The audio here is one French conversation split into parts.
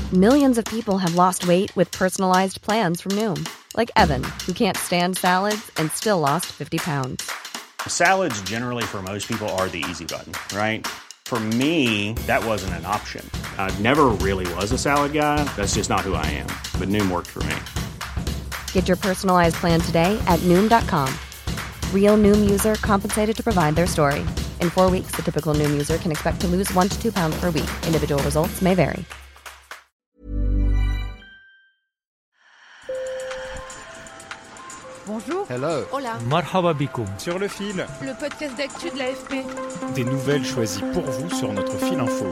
Millions of people have lost weight with personalized plans from Noom. Like Evan, who can't stand salads and still lost 50 pounds. Salads generally for most people are the easy button, right? For me, that wasn't an option. I never really was a salad guy. That's just not who I am. But Noom worked for me. Get your personalized plan today at Noom.com. Real Noom user compensated to provide their story. In 4 weeks, the typical Noom user can expect to lose 1 to 2 pounds per week. Individual results may vary. Bonjour. Hello. Hola. Marhaba bikoum. Sur le fil. Le podcast d'actu de l'AFP. Des nouvelles choisies pour vous sur notre fil info.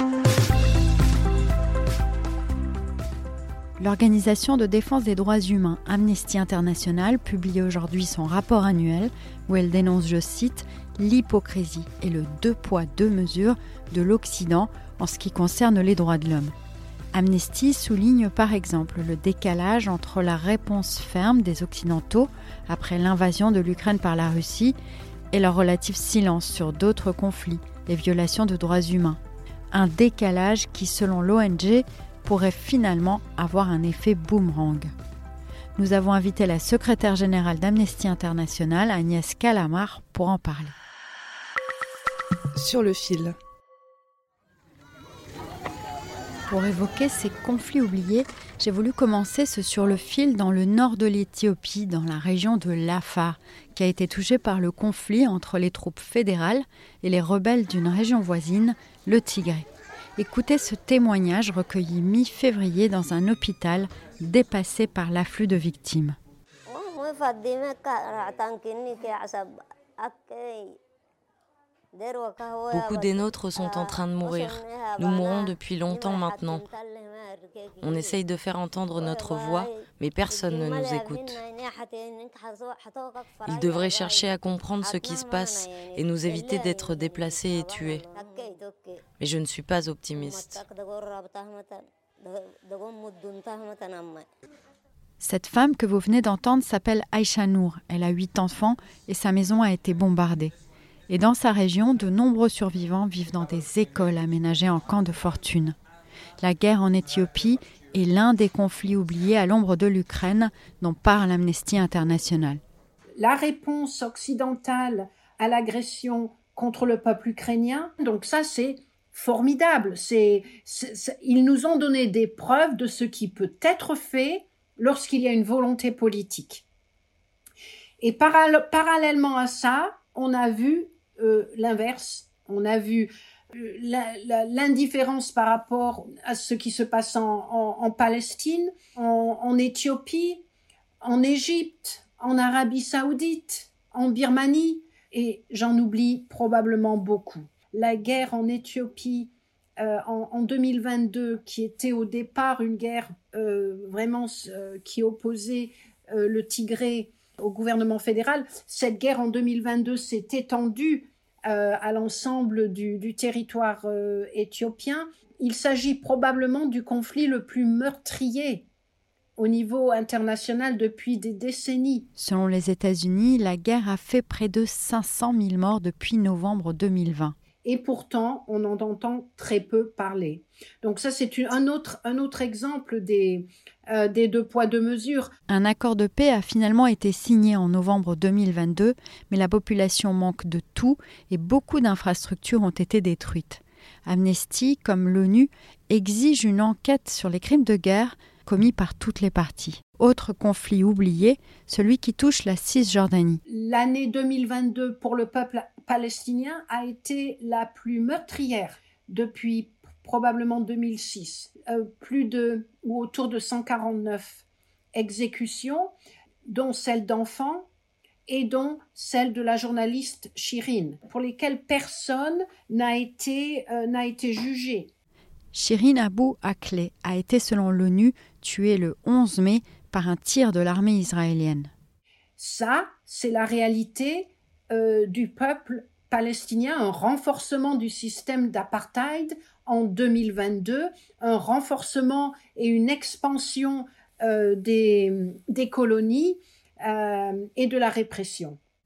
L'Organisation de défense des droits humains Amnesty International publie aujourd'hui son rapport annuel où elle dénonce, je cite, l'hypocrisie et le deux poids deux mesures de l'Occident en ce qui concerne les droits de l'homme. Amnesty souligne par exemple le décalage entre la réponse ferme des Occidentaux après l'invasion de l'Ukraine par la Russie et leur relatif silence sur d'autres conflits et violations de droits humains. Un décalage qui, selon l'ONG, pourrait finalement avoir un effet boomerang. Nous avons invité la secrétaire générale d'Amnesty International, Agnès Callamard, pour en parler. Sur le fil. Pour évoquer ces conflits oubliés, j'ai voulu commencer ce Sur le fil dans le nord de l'Éthiopie, dans la région de l'Afar, qui a été touchée par le conflit entre les troupes fédérales et les rebelles d'une région voisine, le Tigré. Écoutez ce témoignage recueilli mi-février dans un hôpital dépassé par l'afflux de victimes. Beaucoup des nôtres sont en train de mourir. Nous mourons depuis longtemps maintenant. On essaye de faire entendre notre voix, mais personne ne nous écoute. Ils devraient chercher à comprendre ce qui se passe et nous éviter d'être déplacés et tués. Mais je ne suis pas optimiste. Cette femme que vous venez d'entendre s'appelle Aïcha Nour. Elle a 8 enfants et sa maison a été bombardée. Et dans sa région, de nombreux survivants vivent dans des écoles aménagées en camps de fortune. La guerre en Éthiopie est l'un des conflits oubliés à l'ombre de l'Ukraine dont parle Amnesty International. La réponse occidentale à l'agression contre le peuple ukrainien, donc ça c'est formidable. Ils nous ont donné des preuves de ce qui peut être fait lorsqu'il y a une volonté politique. Et parallèlement à ça, on a vu l'inverse. On a vu l'indifférence par rapport à ce qui se passe en Palestine, en Éthiopie, en Égypte, en Arabie Saoudite, en Birmanie, et j'en oublie probablement beaucoup. La guerre en Éthiopie en 2022, qui était au départ une guerre qui opposait le Tigré au gouvernement fédéral, cette guerre en 2022 s'est étendue à l'ensemble du territoire éthiopien. Il s'agit probablement du conflit le plus meurtrier au niveau international depuis des décennies. Selon les États-Unis, la guerre a fait près de 500 000 morts depuis novembre 2020. Et pourtant, on en entend très peu parler. Donc ça, c'est un autre exemple des deux poids, deux mesures. Un accord de paix a finalement été signé en novembre 2022, mais la population manque de tout et beaucoup d'infrastructures ont été détruites. Amnesty, comme l'ONU, exige une enquête sur les crimes de guerre commis par toutes les parties. Autre conflit oublié, celui qui touche la Cisjordanie. L'année 2022 pour le peuple palestinien a été la plus meurtrière depuis probablement 2006. Autour de 149 exécutions, dont celle d'enfants et dont celle de la journaliste Shirin, pour lesquelles personne n'a été jugé. Shirin Abu Akleh a été, selon l'ONU, tuée le 11 mai par un tir de l'armée israélienne. Ça, c'est la réalité du peuple palestinien, un renforcement du système d'apartheid en 2022, un renforcement et une expansion des colonies et de la répression.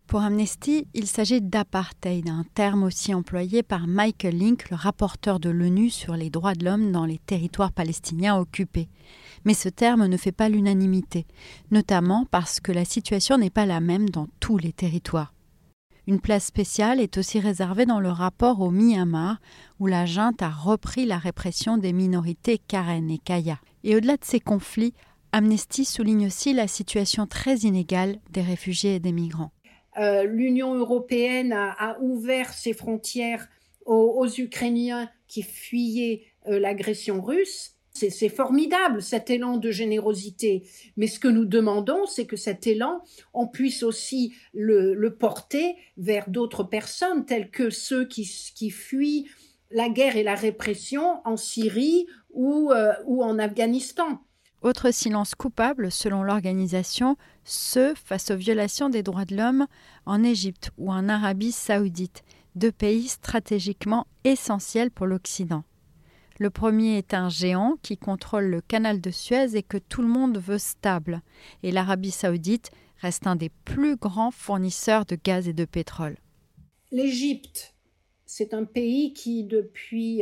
Pour Amnesty, il s'agit d'apartheid, un terme aussi employé par Michael Link, le rapporteur de l'ONU sur les droits de l'homme dans les territoires palestiniens occupés. Mais ce terme ne fait pas l'unanimité, notamment parce que la situation n'est pas la même dans tous les territoires. Une place spéciale est aussi réservée dans le rapport au Myanmar, où la junte a repris la répression des minorités Karen et Kaya. Et au-delà de ces conflits, Amnesty souligne aussi la situation très inégale des réfugiés et des migrants. L'Union européenne a ouvert ses frontières aux Ukrainiens qui fuyaient l'agression russe. C'est formidable, cet élan de générosité. Mais ce que nous demandons, c'est que cet élan, on puisse aussi le porter vers d'autres personnes, telles que ceux qui fuient la guerre et la répression en Syrie ou en Afghanistan. Autre silence coupable, selon l'organisation, ceux face aux violations des droits de l'homme en Égypte ou en Arabie saoudite, deux pays stratégiquement essentiels pour l'Occident. Le premier est un géant qui contrôle le canal de Suez et que tout le monde veut stable. Et l'Arabie saoudite reste un des plus grands fournisseurs de gaz et de pétrole. L'Égypte, c'est un pays qui, depuis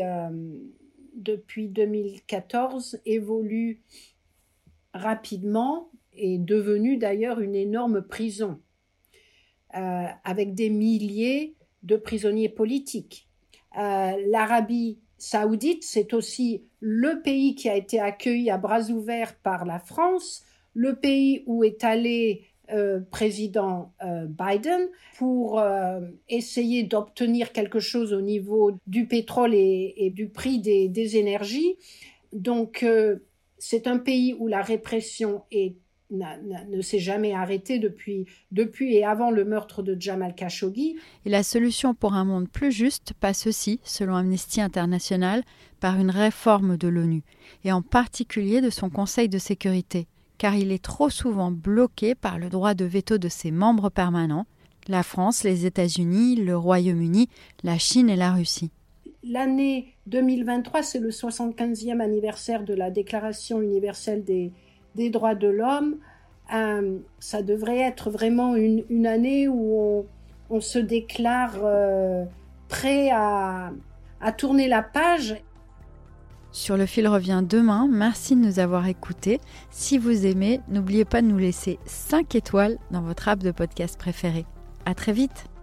2014, évolue rapidement et est devenu d'ailleurs une énorme prison, avec des milliers de prisonniers politiques. L'Arabie saoudite, c'est aussi le pays qui a été accueilli à bras ouverts par la France, le pays où est allé président Biden pour essayer d'obtenir quelque chose au niveau du pétrole et du prix des énergies. Donc, c'est un pays où la répression ne s'est jamais arrêtée depuis et avant le meurtre de Jamal Khashoggi. Et la solution pour un monde plus juste passe aussi, selon Amnesty International, par une réforme de l'ONU, et en particulier de son Conseil de sécurité, car il est trop souvent bloqué par le droit de veto de ses membres permanents, la France, les États-Unis, le Royaume-Uni, la Chine et la Russie. L'année 2023, c'est le 75e anniversaire de la Déclaration universelle des droits de l'homme. Ça devrait être vraiment une année où on se déclare prêt à tourner la page. Sur le fil revient demain. Merci de nous avoir écoutés. Si vous aimez, n'oubliez pas de nous laisser 5 étoiles dans votre app de podcast préféré. À très vite.